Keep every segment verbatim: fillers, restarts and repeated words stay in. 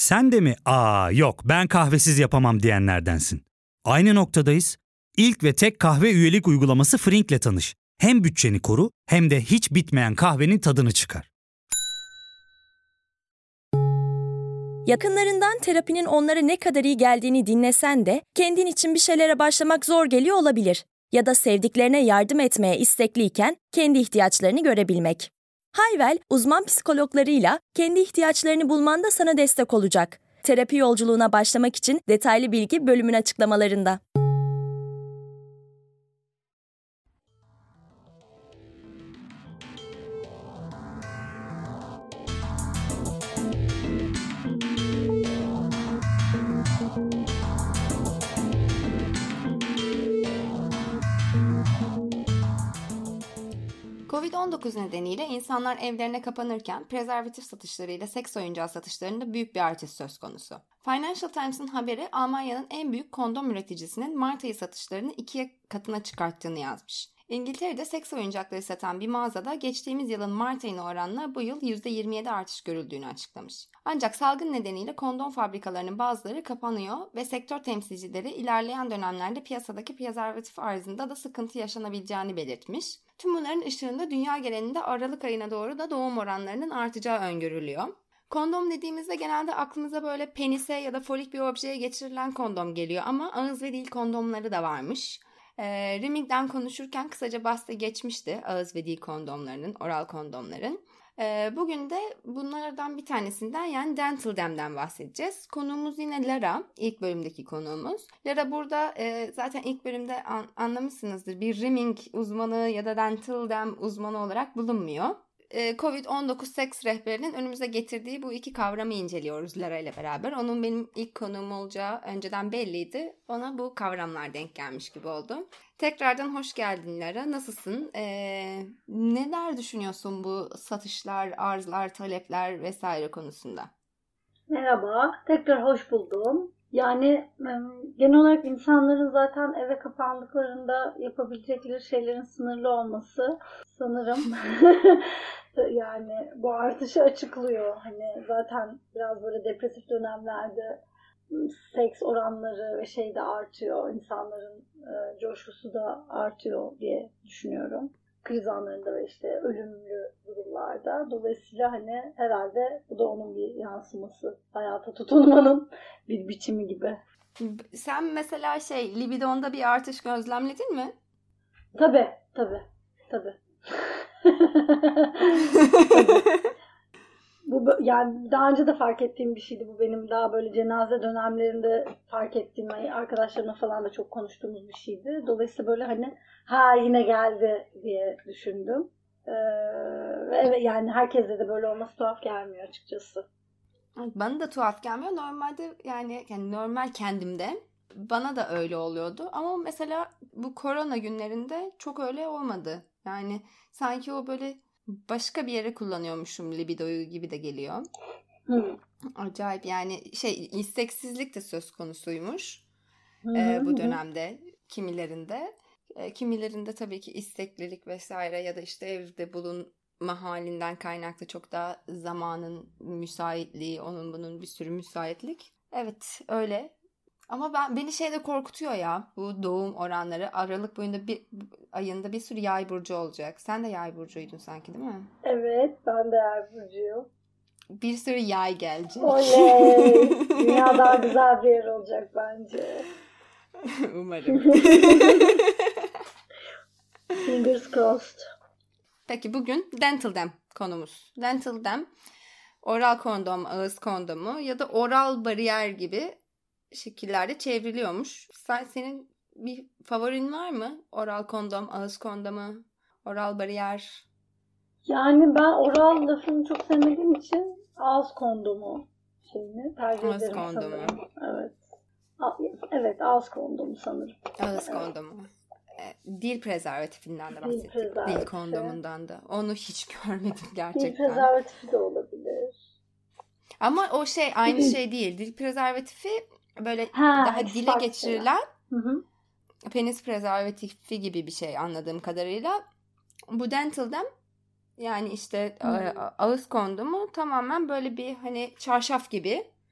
Sen de mi "Aa yok ben kahvesiz yapamam" diyenlerdensin? Aynı noktadayız. İlk ve tek kahve üyelik uygulaması Frink'le tanış. Hem bütçeni koru hem de hiç bitmeyen kahvenin tadını çıkar. Yakınlarından terapinin onlara ne kadar iyi geldiğini dinlesen de kendin için bir şeylere başlamak zor geliyor olabilir. Ya da sevdiklerine yardım etmeye istekliyken kendi ihtiyaçlarını görebilmek. Hayvel, uzman psikologlarıyla kendi ihtiyaçlarını bulmanda sana destek olacak. Terapi yolculuğuna başlamak için detaylı bilgi bölümün açıklamalarında. covid on dokuz nedeniyle insanlar evlerine kapanırken prezervatif satışlarıyla seks oyuncağı satışlarında büyük bir artış söz konusu. Financial Times'ın haberi Almanya'nın en büyük kondom üreticisinin Mart ayı satışlarını ikiye katına çıkarttığını yazmış. İngiltere'de seks oyuncakları satan bir mağazada geçtiğimiz yılın Mart ayına oranla bu yıl yüzde yirmi yedi artış görüldüğünü açıklamış. Ancak salgın nedeniyle kondom fabrikalarının bazıları kapanıyor ve sektör temsilcileri ilerleyen dönemlerde piyasadaki prezervatif arzında da sıkıntı yaşanabileceğini belirtmiş. Tüm bunların ışığında dünya genelinde Aralık ayına doğru da doğum oranlarının artacağı öngörülüyor. Kondom dediğimizde genelde aklımıza böyle penise ya da folik bir objeye geçirilen kondom geliyor ama ağız ve dil kondomları da varmış. E, Rimming'den konuşurken kısaca bahse geçmişti ağız ve dil kondomlarının, oral kondomların. E, bugün de bunlardan bir tanesinden yani Dental Dam'den bahsedeceğiz. Konuğumuz yine Lara, ilk bölümdeki konuğumuz. Lara burada e, zaten ilk bölümde an, anlamışsınızdır bir Rimming uzmanı ya da Dental Dam uzmanı olarak bulunmuyor. covid on dokuz seks rehberinin önümüze getirdiği bu iki kavramı inceliyoruz Lara ile beraber. Onun benim ilk konuğum olacağı önceden belliydi. Ona bu kavramlar denk gelmiş gibi oldu. Tekrardan hoş geldin Lara. Nasılsın? Ee, neler düşünüyorsun bu satışlar, arzlar, talepler vesaire konusunda? Merhaba. Tekrar hoş buldum. Yani genel olarak insanların zaten eve kapandıklarında yapabilecekleri şeylerin sınırlı olması sanırım yani bu artışı açıklıyor. Hani zaten biraz böyle depresif dönemlerde seks oranları ve şey de artıyor. İnsanların e, coşkusu da artıyor diye düşünüyorum. Kriz anlarında ve işte ölümlü durumlarda. Dolayısıyla hani herhalde bu da onun bir yansıması. Hayata tutunmanın bir biçimi gibi. Sen mesela şey libidonda bir artış gözlemledin mi? Tabii, tabii, tabii. Bu yani daha önce de fark ettiğim bir şeydi. Bu benim daha böyle cenaze dönemlerinde fark ettiğim, arkadaşlarımla falan da çok konuştuğumuz bir şeydi. Dolayısıyla böyle hani ha yine geldi diye düşündüm. Ee, evet yani herkese de böyle olması tuhaf gelmiyor açıkçası. Bana da tuhaf gelmiyor. Normalde yani, yani normal kendimde bana da öyle oluyordu. Ama mesela bu korona günlerinde çok öyle olmadı. Yani sanki o böyle başka bir yere kullanıyormuşum libidoyu gibi de geliyor. Hı. Acayip yani şey isteksizlik de söz konusuymuş Hı e, hı, bu hı. dönemde kimilerinde. E, kimilerinde tabii ki isteklilik vesaire ya da işte evde bulunma halinden kaynaklı çok daha zamanın müsaitliği, onun bunun bir sürü müsaitlik. Evet öyle. Ama ben beni şey de korkutuyor ya bu doğum oranları. Aralık boyunda bir ayında bir sürü yay burcu olacak. Sen de yay burcuydun sanki değil mi? Evet ben de yay burcuyum. Bir sürü yay gelecek. Oley! Dünya daha güzel bir yer olacak bence. Umarım. Fingers crossed. Peki bugün Dental Dam konumuz. Dental Dam oral kondom, ağız kondomu ya da oral bariyer gibi şekillerde çevriliyormuş. Sen, senin bir favorin var mı? Oral kondom, ağız kondomu, oral bariyer. Yani ben oral lafını çok sevmediğim için ağız kondomu şeyini tercih Ağız ederim kondomu. sanırım. Evet. Evet ağız kondomu sanırım. Ağız Evet. kondomu. Dil prezervatifinden de Dil bahsettik. prezervatifi. Dil kondomundan da. Onu hiç görmedim Dil gerçekten. prezervatifi de olabilir. Ama o şey aynı şey değil. Dil prezervatifi böyle Ha, daha dile farklı. geçirilen Hı hı. penis prezervatifi gibi bir şey anladığım kadarıyla. Bu Dental Dam yani işte Hmm. ağız kondomu tamamen böyle bir hani çarşaf gibi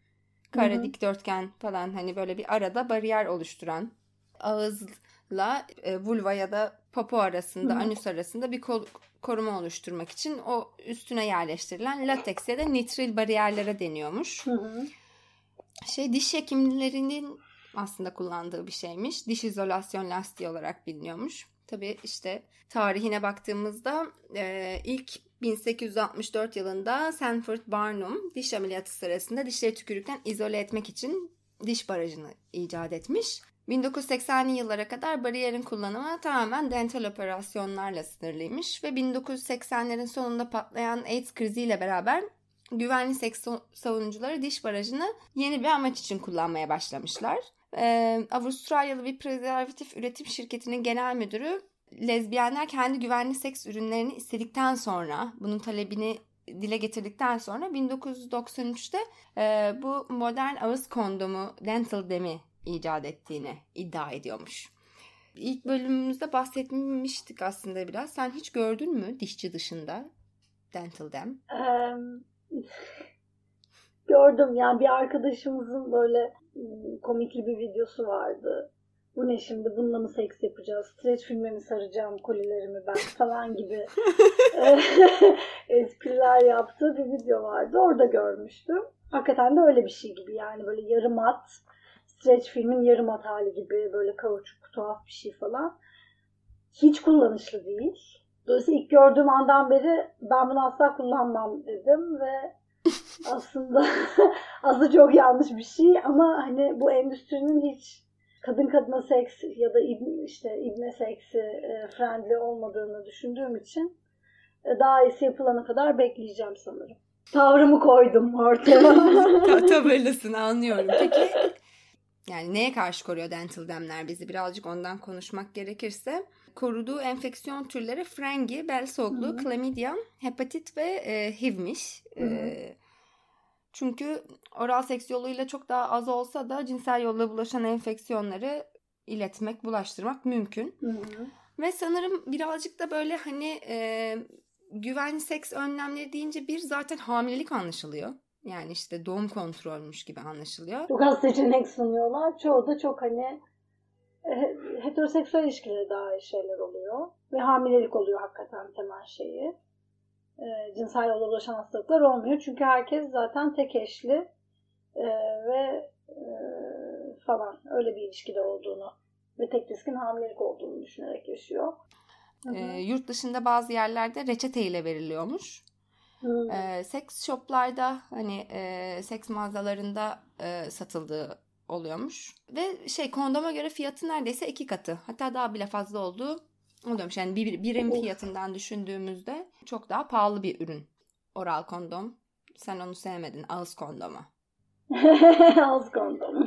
kare, Hı hı. dikdörtgen falan, hani böyle bir arada bariyer oluşturan, ağızla e, vulva ya da popo arasında, Hı hı. anüs arasında bir kol, koruma oluşturmak için o üstüne yerleştirilen lateks ya da nitril bariyerlere deniyormuş. Hı hı. Şey, diş hekimlerinin aslında kullandığı bir şeymiş. Diş izolasyon lastiği olarak biliniyormuş. Tabii işte tarihine baktığımızda e, ilk bin sekiz yüz altmış dört yılında Sanford Barnum diş ameliyatı sırasında dişleri tükürükten izole etmek için diş barajını icat etmiş. bin dokuz yüz seksenli yıllara kadar bariyerin kullanımı tamamen dental operasyonlarla sınırlıymış ve bin dokuz yüz seksenlerin sonunda patlayan AIDS kriziyle beraber güvenli seks savunucuları diş barajını yeni bir amaç için kullanmaya başlamışlar. Ee, Avustralyalı bir prezervatif üretim şirketinin genel müdürü, lezbiyenler kendi güvenli seks ürünlerini istedikten sonra, bunun talebini dile getirdikten sonra bin dokuz yüz doksan üçte e, bu modern ağız kondomu Dental Dam'i icat ettiğini iddia ediyormuş. İlk bölümümüzde bahsetmiştik aslında biraz. Sen hiç gördün mü dişçi dışında Dental Dam? Em, Gördüm, yani bir arkadaşımızın böyle komikli bir videosu vardı. Bu ne şimdi, bununla mı seks yapacağız? Streç filme mi saracağım kolilerimi ben falan gibi espriler yaptığı bir video vardı. Orada görmüştüm. Hakikaten de öyle bir şey gibi, yani böyle yarım at, streç filmin yarım at hali gibi, böyle kauçuk tuhaf bir şey falan. Hiç kullanışlı değil. Dolayısıyla ilk gördüğüm andan beri ben bunu asla kullanmam dedim ve aslında aslında çok yanlış bir şey, ama hani bu endüstrinin hiç kadın kadına seks ya da işte ibne seksi friendly olmadığını düşündüğüm için daha iyisi yapılana kadar bekleyeceğim sanırım. Tavrımı koydum ortaya. Tabelasını anlıyorum. Peki yani neye karşı koruyor Dental Dam'ler bizi? Birazcık ondan konuşmak gerekirse. Koruduğu enfeksiyon türleri frengi, bel soğukluğu, chlamydia, hepatit ve e, H I V'miş. E, çünkü oral seks yoluyla çok daha az olsa da cinsel yolla bulaşan enfeksiyonları iletmek, bulaştırmak mümkün. Hı hı. Ve sanırım birazcık da böyle hani e, güvenli seks önlemleri deyince bir zaten hamilelik anlaşılıyor. Yani işte doğum kontrolmüş gibi anlaşılıyor. Çok az seçenek sunuyorlar. Çoğu da çok hani heteroseksüel ilişkilere dair şeyler oluyor. Ve hamilelik oluyor hakikaten temel şeyi. E, cinsel yolla bulaşan hastalıklar olmuyor. Çünkü herkes zaten tek eşli e, ve e, falan öyle bir ilişkide olduğunu ve tek riskin hamilelik olduğunu düşünerek yaşıyor. E, yurt dışında bazı yerlerde reçete ile veriliyormuş. Hmm. E, seks shoplarda hani e, seks mağazalarında e, satıldığı oluyormuş. Ve şey, kondoma göre fiyatı neredeyse iki katı. Hatta daha bile fazla olduğu oluyormuş. Yani bir birim fiyatından düşündüğümüzde çok daha pahalı bir ürün. Oral kondom. Sen onu sevmedin. Ağız kondomu. Ağız kondom.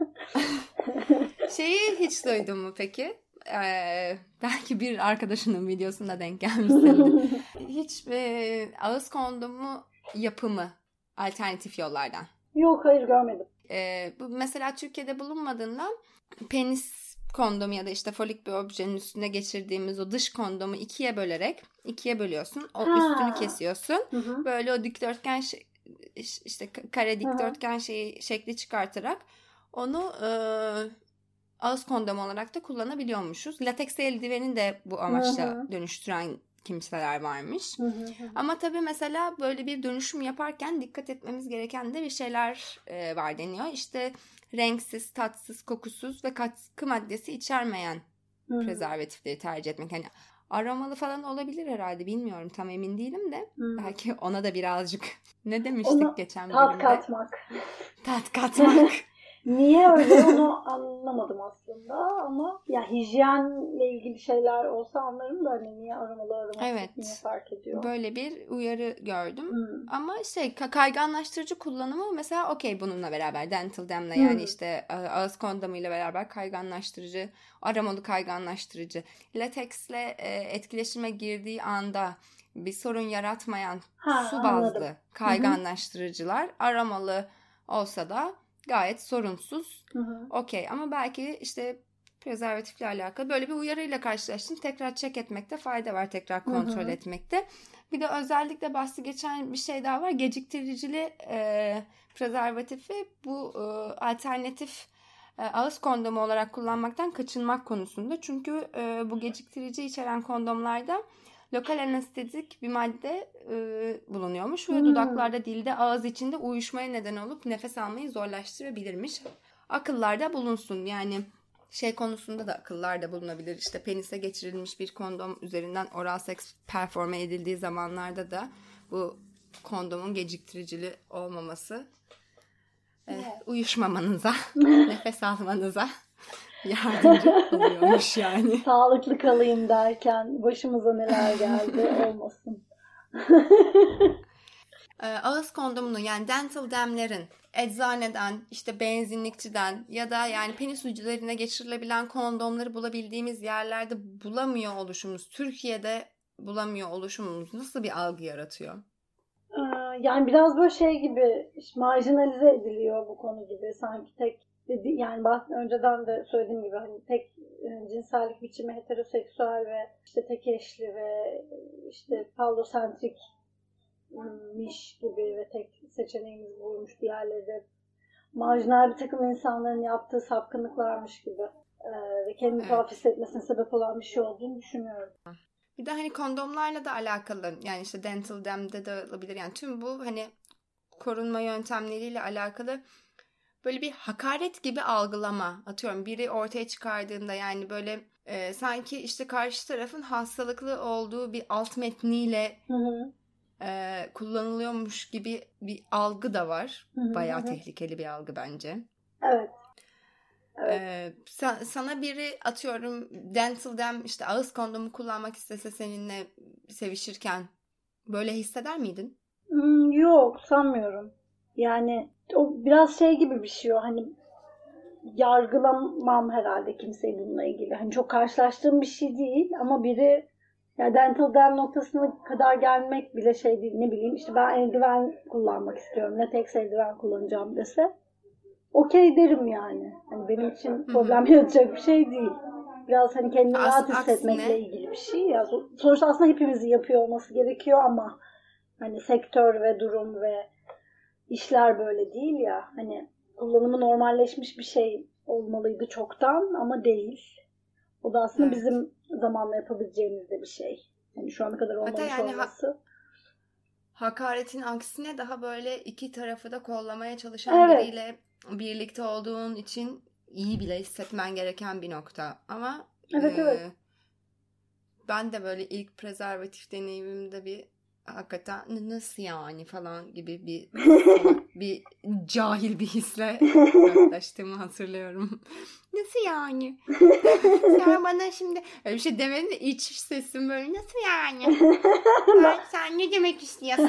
Şeyi hiç duydun mu peki? Ee, belki bir arkadaşının videosunda denk gelmişsindir. Hiç e, ağız kondomu yapımı alternatif yollardan. Yok, hayır, görmedim. Ee, bu mesela Türkiye'de bulunmadığından penis kondomu ya da işte folik bir objenin üstüne geçirdiğimiz o dış kondomu ikiye bölerek ikiye bölüyorsun. O Ha. üstünü kesiyorsun. Hı hı. Böyle o dikdörtgen şey, işte kare dikdörtgen şeyi şekli çıkartarak onu e, ağız kondomu olarak da kullanabiliyormuşuz. Lateks eldiveni de bu amaçla Hı hı. dönüştüren kimseler varmış. Hı hı. Ama tabii mesela böyle bir dönüşüm yaparken dikkat etmemiz gereken de bir şeyler e, var deniyor. İşte renksiz, tatsız, kokusuz ve katkı maddesi içermeyen Hı hı. prezervatifleri tercih etmek. Hani aromalı falan olabilir herhalde, bilmiyorum, tam emin değilim de. Hı. Belki ona da birazcık ne demiştik Ona geçen tat bölümde? katmak. Tat katmak. Niye öyle onu anlamadım aslında, ama ya hijyenle ilgili şeyler olsa anlarım da hani niye aromalı aromasız, Evet. niye fark ediyor? Böyle bir uyarı gördüm. Hmm. Ama şey, kayganlaştırıcı kullanımı mesela okey bununla beraber. Dental Dam'le yani Hmm. işte ağız kondomuyla beraber kayganlaştırıcı, aromalı kayganlaştırıcı. Lateksle e, etkileşime girdiği anda bir sorun yaratmayan Ha, su bazlı anladım. kayganlaştırıcılar aromalı olsa da gayet sorunsuz. Hı hı. Okey, ama belki işte prezervatifle alakalı böyle bir uyarıyla karşılaştım. Tekrar check etmekte fayda var. Tekrar kontrol Hı-hı. etmekte. Bir de özellikle bahsi geçen bir şey daha var. Geciktiricili e, prezervatifi bu e, alternatif e, ağız kondomu olarak kullanmaktan kaçınmak konusunda. Çünkü e, bu geciktirici içeren kondomlarda lokal anestezik bir madde e, bulunuyormuş. Ve hmm. dudaklarda, dilde, ağız içinde uyuşmaya neden olup nefes almayı zorlaştırabilirmiş. Akıllarda bulunsun. Yani şey konusunda da akıllarda bulunabilir. İşte penise geçirilmiş bir kondom üzerinden oral seks performe edildiği zamanlarda da bu kondomun geciktiricili olmaması e, uyuşmamanıza, nefes almanıza yardımcı oluyormuş yani. Sağlıklı kalayım derken başımıza neler geldi olmasın. Ağız kondomunu yani dental dam'lerin eczaneden, işte benzinlikçiden ya da yani penis ucularına geçirilebilen kondomları bulabildiğimiz yerlerde bulamıyor oluşumuz, Türkiye'de bulamıyor oluşumuz nasıl bir algı yaratıyor? Yani biraz böyle şey gibi marjinalize ediliyor bu konu gibi sanki tek yani önceden de söylediğim gibi hani tek cinsellik biçimi heteroseksüel ve işte tek eşli ve işte fallosentrik miş gibi ve tek seçeneğimiz buymuş. Diğerleri de marjinal bir takım insanların yaptığı sapkınlıklarmış gibi ee, ve kendini tuhaf evet. hissetmesine sebep olan bir şey olduğunu düşünüyorum. Bir de hani kondomlarla da alakalı yani işte dental dam'de de olabilir yani tüm bu hani korunma yöntemleriyle alakalı böyle bir hakaret gibi algılama atıyorum biri ortaya çıkardığında yani böyle e, sanki işte karşı tarafın hastalıklı olduğu bir alt metniyle hı hı. Ee, kullanılıyormuş gibi bir algı da var. Hı-hı, Bayağı hı. tehlikeli bir algı bence. Evet. evet. Ee, sa- sana biri atıyorum dental dam işte ağız kondomu kullanmak istese seninle sevişirken böyle hisseder miydin? Hmm, yok sanmıyorum. Yani o biraz şey gibi bir şey o hani yargılamam herhalde kimseyi bununla ilgili. Hani çok karşılaştığım bir şey değil ama biri ya dental dam noktasına kadar gelmek bile şey değil ne bileyim işte ben eldiven kullanmak istiyorum latex eldiven kullanacağım dese okey derim yani. Hani benim için problem yaratacak bir şey değil. Biraz hani kendini As- rahat hissetmekle aksine... ilgili bir şey ya. Sonuçta aslında hepimizin yapıyor olması gerekiyor ama hani sektör ve durum ve işler böyle değil ya. Hani kullanımı normalleşmiş bir şey olmalıydı çoktan ama değil. O da aslında evet. bizim zamanla yapabileceğimiz de bir şey. Yani şu ana kadar olmamış yani olması. Ha- hakaretin aksine daha böyle iki tarafı da kollamaya çalışan evet. biriyle birlikte olduğun için iyi bile hissetmen gereken bir nokta. Ama evet, e, evet. ben de böyle ilk prezervatif deneyimimde bir hakikaten nasıl yani falan gibi bir bir cahil bir hisle yaklaştığımı hatırlıyorum. Nasıl yani? Sen bana şimdi öyle bir şey demedin de iç sesim böyle nasıl yani? Sen, sen ne demek istiyorsun?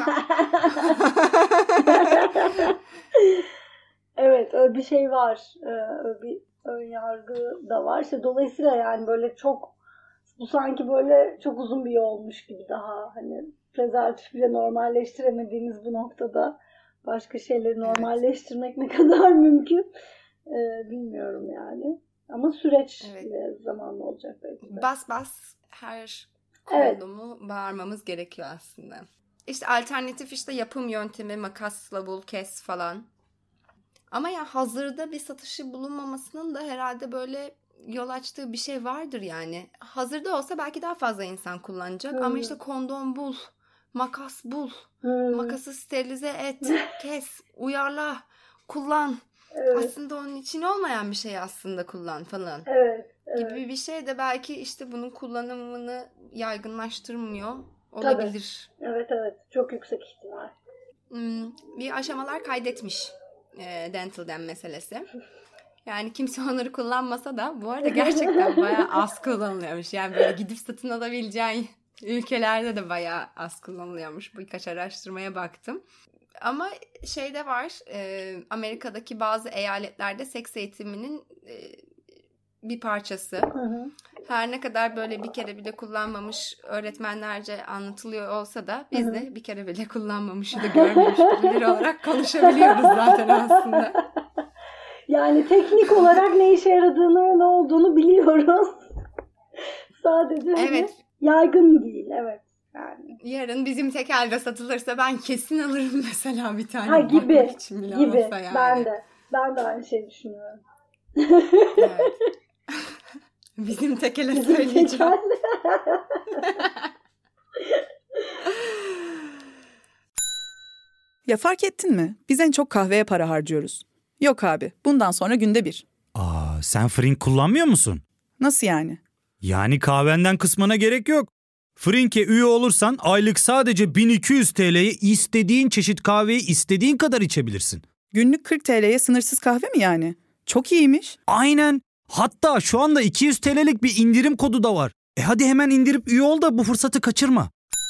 Evet öyle bir şey var. Öyle bir ön yargı da var. İşte dolayısıyla yani böyle çok bu sanki böyle çok uzun bir yolmuş gibi daha hani prezervatif bile normalleştiremediğimiz bu noktada başka şeyleri normalleştirmek evet. ne kadar mümkün ee, bilmiyorum yani. Ama süreç evet. zamanla olacak belki de. Bas bas her kondomu evet. bağırmamız gerekiyor aslında. İşte alternatif işte yapım yöntemi makasla bul kes falan. Ama ya hazırda bir satışı bulunmamasının da herhalde böyle yol açtığı bir şey vardır yani. Hazırda olsa belki daha fazla insan kullanacak hmm. ama işte kondom bul, makas bul, hmm. makası sterilize et, kes, uyarla, kullan. Evet. Aslında onun için olmayan bir şey aslında kullan falan. Evet, evet. Gibi bir şey de belki işte bunun kullanımını yaygınlaştırmıyor olabilir. Tabii. Evet evet çok yüksek ihtimal. Hmm, bir aşamalar kaydetmiş e, dental dam meselesi. Yani kimse onları kullanmasa da bu arada gerçekten bayağı az kullanılıyormuş. Yani böyle gidip satın alabileceğin ülkelerde de bayağı az kullanılıyormuş. Birkaç araştırmaya baktım. Ama şey de var, e, Amerika'daki bazı eyaletlerde seks eğitiminin e, bir parçası. Hı hı. Her ne kadar böyle bir kere bile kullanmamış öğretmenlerce anlatılıyor olsa da biz hı hı. de bir kere bile kullanmamışı da görmemiş birileri olarak konuşabiliyoruz zaten aslında. Yani teknik olarak ne işe yaradığını, ne olduğunu biliyoruz. Sadece Evet. yaygın değil, evet. Yani. Yarın bizim tekelde satılırsa ben kesin alırım mesela bir tane. Ha gibi, için bile gibi. olsa yani. Ben de, ben de aynı şeyi düşünüyorum. Evet. Bizim tekele Bizim söyleyeceğim. tekel. Ya fark ettin mi? Biz en çok kahveye para harcıyoruz. Yok abi, bundan sonra günde bir. Aa, sen Frink kullanmıyor musun? Nasıl yani? Yani kahvenden kısmına gerek yok. Frink'e üye olursan aylık sadece bin iki yüz T L'ye istediğin çeşit kahveyi istediğin kadar içebilirsin. Günlük kırk T L'ye sınırsız kahve mi yani? Çok iyiymiş. Aynen. Hatta şu anda iki yüz T L'lik bir indirim kodu da var. E hadi hemen indirip üye ol da bu fırsatı kaçırma.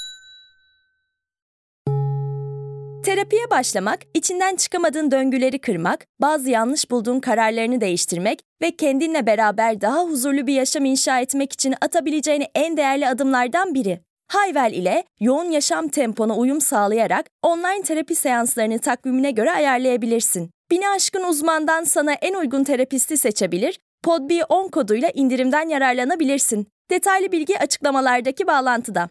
Terapiye başlamak, içinden çıkamadığın döngüleri kırmak, bazı yanlış bulduğun kararlarını değiştirmek ve kendinle beraber daha huzurlu bir yaşam inşa etmek için atabileceğin en değerli adımlardan biri. Hayvel ile yoğun yaşam tempona uyum sağlayarak online terapi seanslarını takvimine göre ayarlayabilirsin. Bini aşkın uzmandan sana en uygun terapisti seçebilir, Podbi on koduyla indirimden yararlanabilirsin. Detaylı bilgi açıklamalardaki bağlantıda.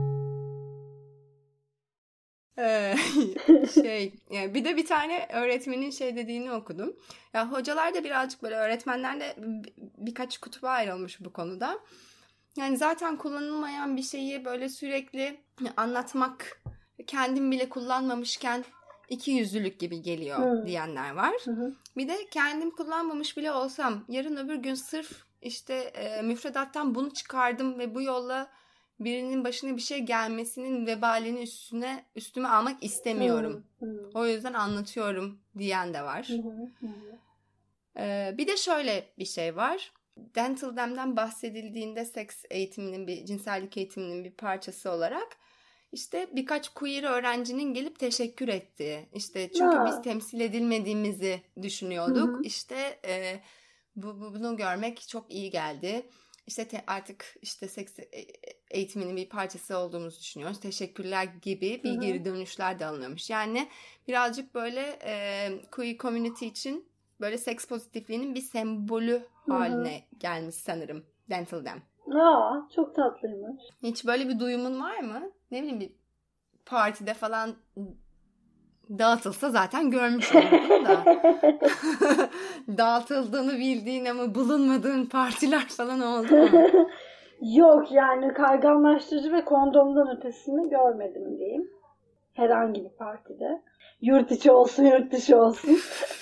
Ee, şey yani bir de bir tane öğretmenin şey dediğini okudum. Ya hocalar da birazcık böyle öğretmenlerle bir, birkaç kutuba ayrılmış bu konuda. Yani zaten kullanılmayan bir şeyi böyle sürekli anlatmak, kendim bile kullanmamışken iki yüzlülük gibi geliyor hmm. diyenler var. Hmm. Bir de kendim kullanmamış bile olsam yarın öbür gün sırf işte e, müfredattan bunu çıkardım ve bu yolla birinin başına bir şey gelmesinin vebalini üstüne üstüme almak istemiyorum. Hmm. Hmm. O yüzden anlatıyorum diyen de var. Hmm. Ee, bir de şöyle bir şey var. Dental Dam'den bahsedildiğinde seks eğitiminin bir cinsellik eğitiminin bir parçası olarak işte birkaç queer öğrencinin gelip teşekkür ettiği. İşte çünkü ya. Biz temsil edilmediğimizi düşünüyorduk. Hı-hı. İşte e, bu, bu bunu görmek çok iyi geldi. İşte te, artık işte seks eğitiminin bir parçası olduğumuzu düşünüyoruz. Teşekkürler gibi bir Hı-hı. geri dönüşler de alınıyormuş. Yani birazcık böyle e, queer community için böyle seks pozitifliğinin bir sembolü Hı-hı. haline gelmiş sanırım Dental Dam. Aa, çok tatlıymış. Hiç böyle bir duyumun var mı? Ne bileyim bir partide falan dağıtılsa zaten görmüş olurdun da. Dağıtıldığını bildiğin ama bulunmadığın partiler falan oldu mu? Yok yani kayganlaştırıcı ve kondomdan ötesini görmedim diyeyim. Herhangi bir partide. Yurt içi olsun yurt dışı olsun.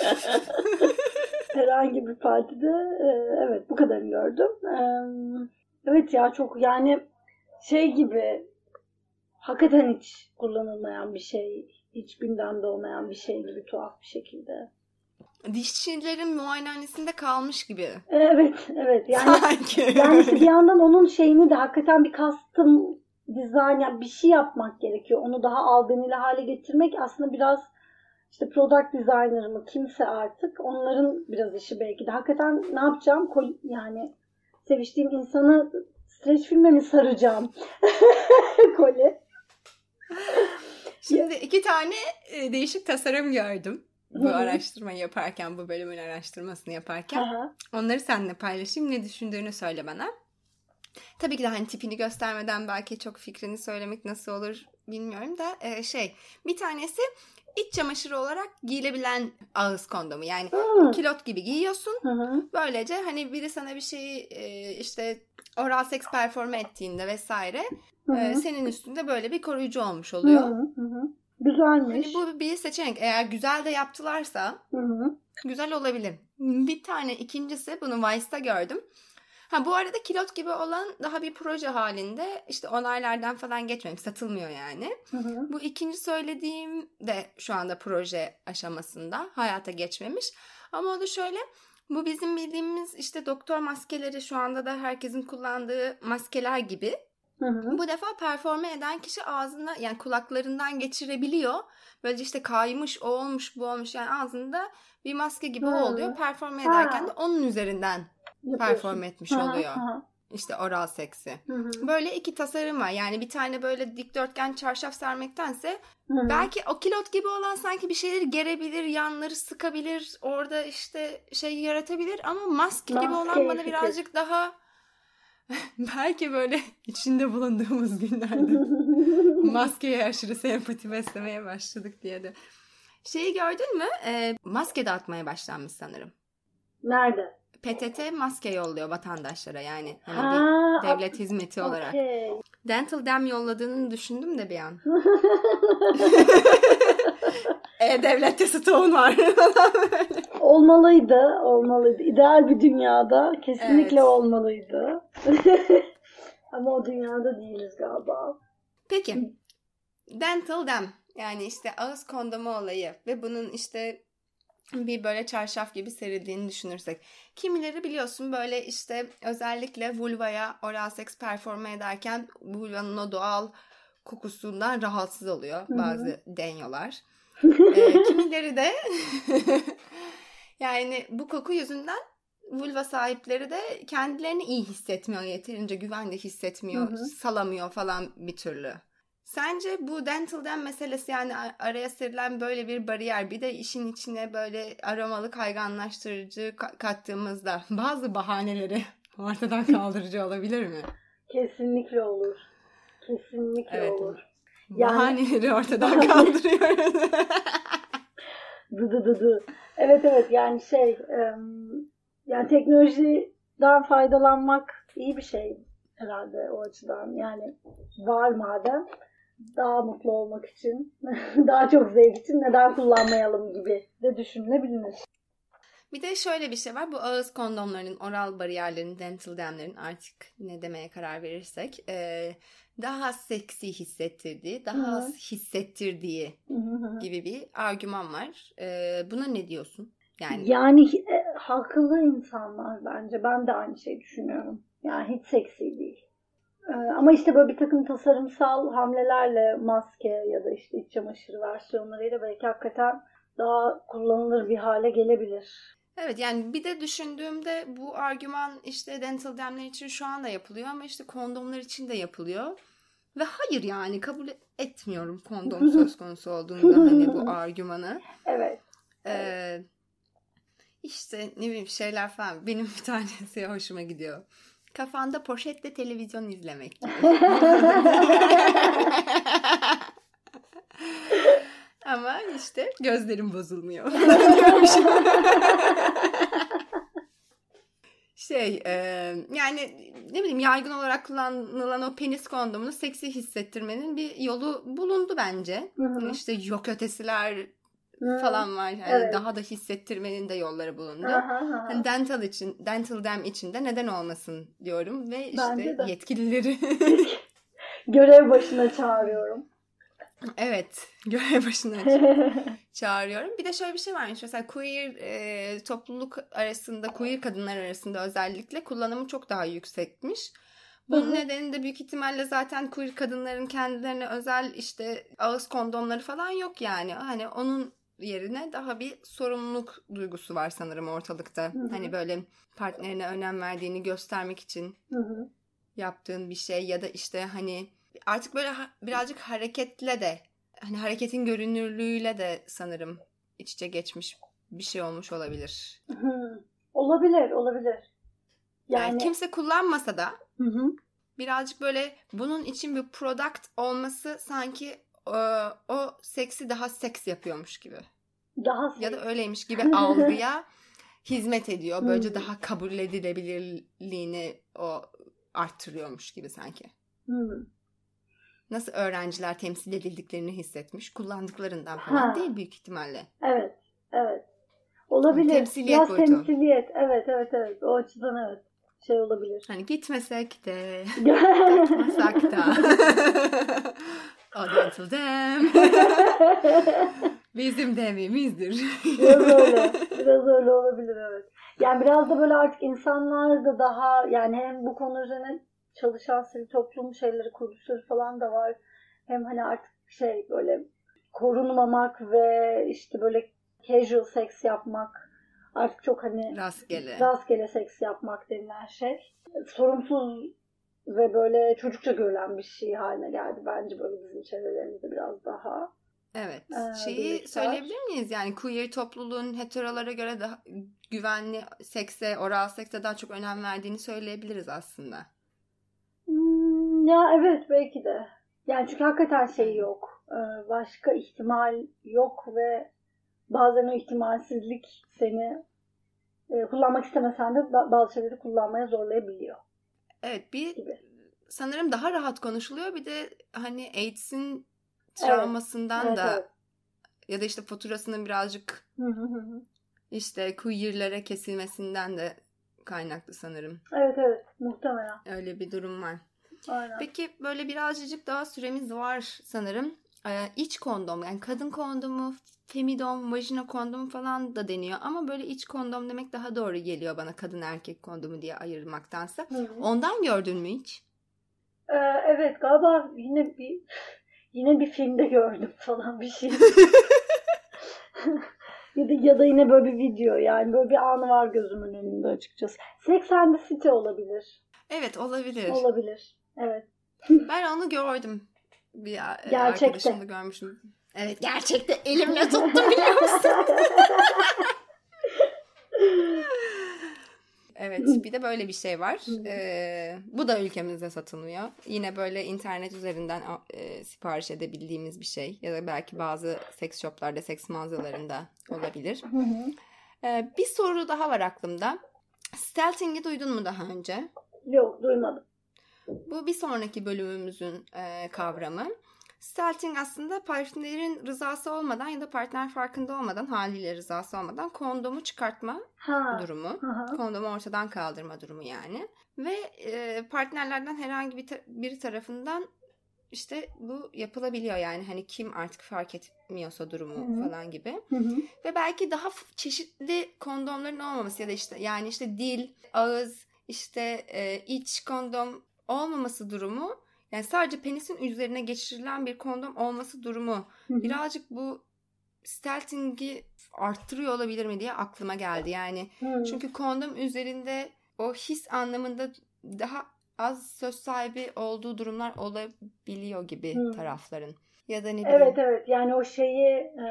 Herhangi bir partide evet bu kadarını gördüm. Evet ya çok yani şey gibi hakikaten hiç kullanılmayan bir şey, hiç gündemde olmayan bir şey gibi tuhaf bir şekilde. Dişçilerin muayenehanesinde kalmış gibi. Evet, evet. Yani, yani işte bir yandan onun şeyini de hakikaten bir custom design, yani bir şey yapmak gerekiyor. Onu daha albenili hale getirmek aslında biraz işte product designer mı kimse artık onların biraz işi belki de. Hakikaten ne yapacağım? Yani seviştiğim insanı streç filme mi saracağım? Koli. Şimdi iki tane değişik tasarım gördüm. Bu Hı-hı. araştırmayı yaparken, bu bölümün araştırmasını yaparken. Aha. Onları seninle paylaşayım. Ne düşündüğünü söyle bana. Tabii ki de hani tipini göstermeden belki çok fikrini söylemek nasıl olur bilmiyorum da e, şey bir tanesi iç çamaşırı olarak giyilebilen ağız kondomu. Yani Hı. kilot gibi giyiyorsun. Hı-hı. Böylece hani biri sana bir şeyi e, işte oral seks performe ettiğinde vesaire e, senin üstünde böyle bir koruyucu olmuş oluyor. Hı hı. Güzelmiş. Yani bu bir seçenek. Eğer güzel de yaptılarsa Hı-hı. güzel olabilir. Bir tane ikincisi bunu Vice'da gördüm. Ha bu arada kilot gibi olan daha bir proje halinde işte onaylardan falan geçmemiş. Satılmıyor yani. Hı-hı. Bu ikinci söylediğim de şu anda proje aşamasında. Hayata geçmemiş. Ama o da şöyle. Bu bizim bildiğimiz işte doktor maskeleri şu anda da herkesin kullandığı maskeler gibi. Hı hı. Bu defa performe eden kişi ağzına yani kulaklarından geçirebiliyor. Böylece işte kaymış, o olmuş, bu olmuş. Yani ağzında bir maske gibi hı. oluyor. Performe ederken ha. de onun üzerinden performe etmiş hı. oluyor. Hı. İşte oral seksi. Hı hı. Böyle iki tasarım var. Yani bir tane böyle dikdörtgen çarşaf sermektense Hı hı. belki o kilot gibi olan sanki bir şeyleri gerebilir, yanları sıkabilir, orada işte şey yaratabilir ama maske gibi Maske olan bana fikir. birazcık daha belki böyle içinde bulunduğumuz günlerde maskeye aşırı sempati beslemeye başladık diye de. Şeyi gördün mü? Ee, maske dağıtmaya başlanmış sanırım. Nerede? P T T maske yolluyor vatandaşlara yani. Hani Ha, bir devlet hizmeti olarak. okey. Dental Dam yolladığını düşündüm de bir an. E-Devlet'te stoğun var. Olmalıydı, olmalıydı. İdeal bir dünyada kesinlikle Evet. olmalıydı. Ama o dünyada değiliz galiba. Peki. Dental Dam. Yani işte ağız kondomu olayı ve bunun işte bir böyle çarşaf gibi serildiğini düşünürsek. Kimileri biliyorsun böyle işte özellikle vulvaya oral seks performa ederken vulvanın o doğal kokusundan rahatsız oluyor Hı-hı. bazı denyolar. ee, kimileri de yani bu koku yüzünden vulva sahipleri de kendilerini iyi hissetmiyor, yeterince güvende hissetmiyor, Hı-hı. salamıyor falan bir türlü. Sence bu dental dam meselesi yani araya serilen böyle bir bariyer bir de işin içine böyle aromalı kayganlaştırıcı kattığımızda bazı bahaneleri ortadan kaldırıcı olabilir mi? Kesinlikle olur. Kesinlikle Evet. olur. Bahaneleri yani... ortadan kaldırıyoruz. dı dı dı dı. Evet evet yani şey yani teknolojiden faydalanmak iyi bir şey herhalde o açıdan. Yani var madem daha mutlu olmak için, daha çok zevk için neden kullanmayalım gibi de düşünülebilir. Bir de şöyle bir şey var. Bu ağız kondomlarının, oral bariyerlerin, dental dam'lerin artık ne demeye karar verirsek daha seksi hissettirdiği, daha az hissettirdiği gibi bir argüman var. Buna ne diyorsun? Yani, yani e, haklı insanlar bence. Ben de aynı şeyi düşünüyorum. Yani hiç seksi değil. Ama işte böyle bir takım tasarımsal hamlelerle maske ya da işte iç çamaşırı versiyonlarıyla belki hakikaten daha kullanılır bir hale gelebilir. Evet yani bir de düşündüğümde bu argüman işte dental dam'ler için şu anda yapılıyor ama işte kondomlar için de yapılıyor. Ve hayır yani kabul etmiyorum kondom söz konusu olduğunda hani bu argümanı. Evet. Ee, işte ne bileyim şeyler falan benim bir tanesi hoşuma gidiyor. Kafanda poşetle televizyon izlemek gibi. Ama işte gözlerim bozulmuyor. şey e, yani ne bileyim yaygın olarak kullanılan o penis kondomunu seksi hissettirmenin bir yolu bulundu bence. Hı hı. İşte yok ötesiler Hı. falan var. Yani Evet. daha da hissettirmenin de yolları bulundu. Aha, aha. Yani dental için, dental dam için de neden olmasın diyorum ve işte yetkilileri görev başına çağırıyorum. Evet, görev başına çağırıyorum. Bir de şöyle bir şey varmış. Mesela queer e, topluluk arasında, queer kadınlar arasında özellikle kullanımı çok daha yüksekmiş. Bunun Hı-hı. nedeni de büyük ihtimalle zaten queer kadınların kendilerine özel işte ağız kondomları falan yok yani. Hani onun yerine daha bir sorumluluk duygusu var sanırım ortalıkta. Hı-hı. Hani böyle partnerine önem verdiğini göstermek için Hı-hı. yaptığın bir şey ya da işte hani artık böyle ha- birazcık hareketle de hani hareketin görünürlüğüyle de sanırım iç içe geçmiş bir şey olmuş olabilir. Hı. Olabilir, olabilir. Yani, yani kimse kullanmasa da hı hı. birazcık böyle bunun için bir product olması sanki o, o seksi daha seks yapıyormuş gibi. Daha seks. Ya da öyleymiş gibi algıya hizmet ediyor. Böylece daha kabul edilebilirliğini o arttırıyormuş gibi sanki. Hı. Nasıl öğrenciler temsil edildiklerini hissetmiş. Kullandıklarından falan ha. değil büyük ihtimalle. Evet. Evet. Olabilir. Temsiliyet Biraz boyutu. temsiliyet. Evet evet evet. O açıdan evet. Şey olabilir. Hani gitmesek de gitmesek da o dental dam bizim demimizdir. Biraz öyle. Biraz öyle olabilir evet. Yani biraz da böyle artık insanlar da daha yani hem bu konu üzerine çalışan sivil toplum şeyleri, kuruluşları falan da var. Hem hani artık şey böyle korunmamak ve işte böyle casual seks yapmak artık çok hani rastgele. Rastgele seks yapmak denilen şey. sorumsuz ve böyle çocukça görülen bir şey haline geldi bence böyle bizim çevrelerimizde biraz daha. Evet. Ee, Şeyi birlikler. söyleyebilir miyiz? Yani queer topluluğun heterolara göre daha güvenli sekse, oral sekse daha çok önem verdiğini söyleyebiliriz aslında. Hmm, ya evet belki de. Yani çünkü hakikaten şey yok. Ee, başka ihtimal yok ve bazen o ihtimalsizlik seni e, kullanmak istemesen de bazı şeyleri kullanmaya zorlayabiliyor. Evet, bir gibi. Sanırım daha rahat konuşuluyor. Bir de hani AIDS'in travmasından evet, da evet. ya da işte faturasının birazcık işte queer'lere kesilmesinden de kaynaklı sanırım. Evet evet muhtemelen. Öyle bir durum var. Aynen. Peki böyle birazcık daha süremiz var sanırım. Ee, iç kondom yani kadın kondomu, femidom, vajina kondomu falan da deniyor. Ama böyle iç kondom demek daha doğru geliyor bana kadın erkek kondomu diye ayırmaktansa. Hı hı. Ondan gördün mü hiç? Ee, evet galiba yine bir yine bir filmde gördüm falan bir şey. ya, da, ya da yine böyle bir video yani böyle bir anı var gözümün önünde açıkçası. Sex and the City olabilir. Evet olabilir. Olabilir. Evet. Ben onu gördüm. Bir Gerçekte. arkadaşımda görmüştüm. Evet gerçekte elimle tuttum biliyor musun? Evet bir de böyle bir şey var. Ee, bu da ülkemizde satılmıyor. Yine böyle internet üzerinden e, sipariş edebildiğimiz bir şey. Ya da belki bazı seks shoplarda, seks mağazalarında olabilir. Ee, bir soru daha var aklımda. Stealthing'i duydun mu daha önce? Yok duymadım. Bu bir sonraki bölümümüzün e, kavramı. Stealthing aslında partnerin rızası olmadan ya da partner farkında olmadan haliyle rızası olmadan kondomu çıkartma ha. durumu. Aha. Kondomu ortadan kaldırma durumu yani. Ve e, partnerlerden herhangi bir ta- biri tarafından işte bu yapılabiliyor yani hani kim artık fark etmiyorsa durumu Hı-hı. falan gibi. Hı-hı. Ve belki daha f- çeşitli kondomların olmaması ya da işte yani işte dil, ağız, işte e, iç kondom olmaması durumu yani sadece penisin üzerine geçirilen bir kondom olması durumu Hı-hı. birazcık bu stealthing'i arttırıyor olabilir mi diye aklıma geldi. Yani Hı-hı. çünkü kondom üzerinde o his anlamında daha az söz sahibi olduğu durumlar olabiliyor gibi Hı-hı. tarafların. Ya da ne bileyim. Evet evet yani o şeyi e,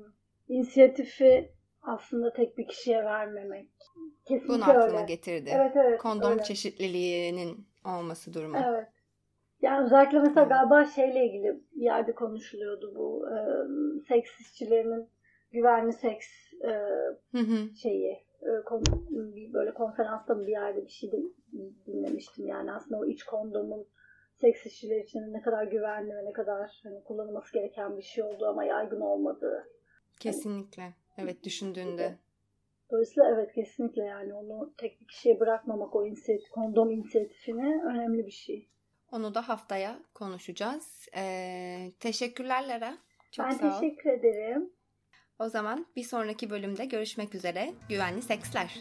inisiyatifi aslında tek bir kişiye vermemek. Kesinlikle bunu aklıma öyle. getirdi. Evet evet. Kondom öyle. çeşitliliğinin olması durumu. Evet. Yani özellikle mesela evet. galiba şeyle ilgili bir yerde konuşuluyordu bu e, seks işçilerinin güvenli seks e, hı hı. şeyi e, kon, bir böyle konferansta mı bir yerde bir şey de dinlemiştim yani aslında o iç kondomun seks işçiler için ne kadar güvenli ve ne kadar hani, kullanılması gereken bir şey olduğu ama yaygın olmadığı. Kesinlikle. Yani, evet düşündüğünde. Dolayısıyla evet kesinlikle yani onu tek bir kişiye bırakmamak o inisiyatif, kondom inisiyatifini önemli bir şey. Onu da haftaya konuşacağız. Ee, teşekkürler Lara. Çok ben sağ ol. teşekkür ederim. O zaman bir sonraki bölümde görüşmek üzere. Güvenli seksler.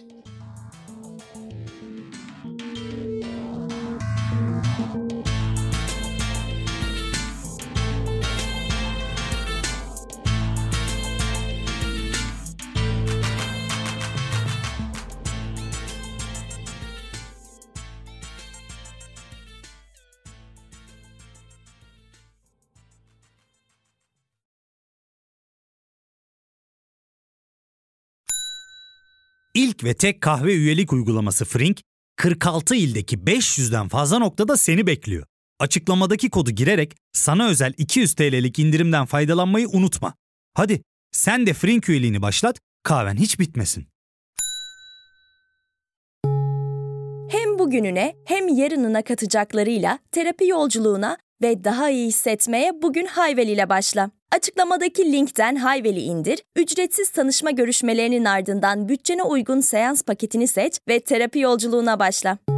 İlk ve tek kahve üyelik uygulaması Frink, kırk altı ildeki beş yüzden fazla noktada seni bekliyor. Açıklamadaki kodu girerek sana özel iki yüz TL'lik indirimden faydalanmayı unutma. Hadi sen de Frink üyeliğini başlat, kahven hiç bitmesin. Hem bugününe hem yarınına katacaklarıyla terapi yolculuğuna ve daha iyi hissetmeye bugün Hayvel ile başla. Açıklamadaki linkten Hayvel'i indir, ücretsiz tanışma görüşmelerinin ardından bütçene uygun seans paketini seç ve terapi yolculuğuna başla.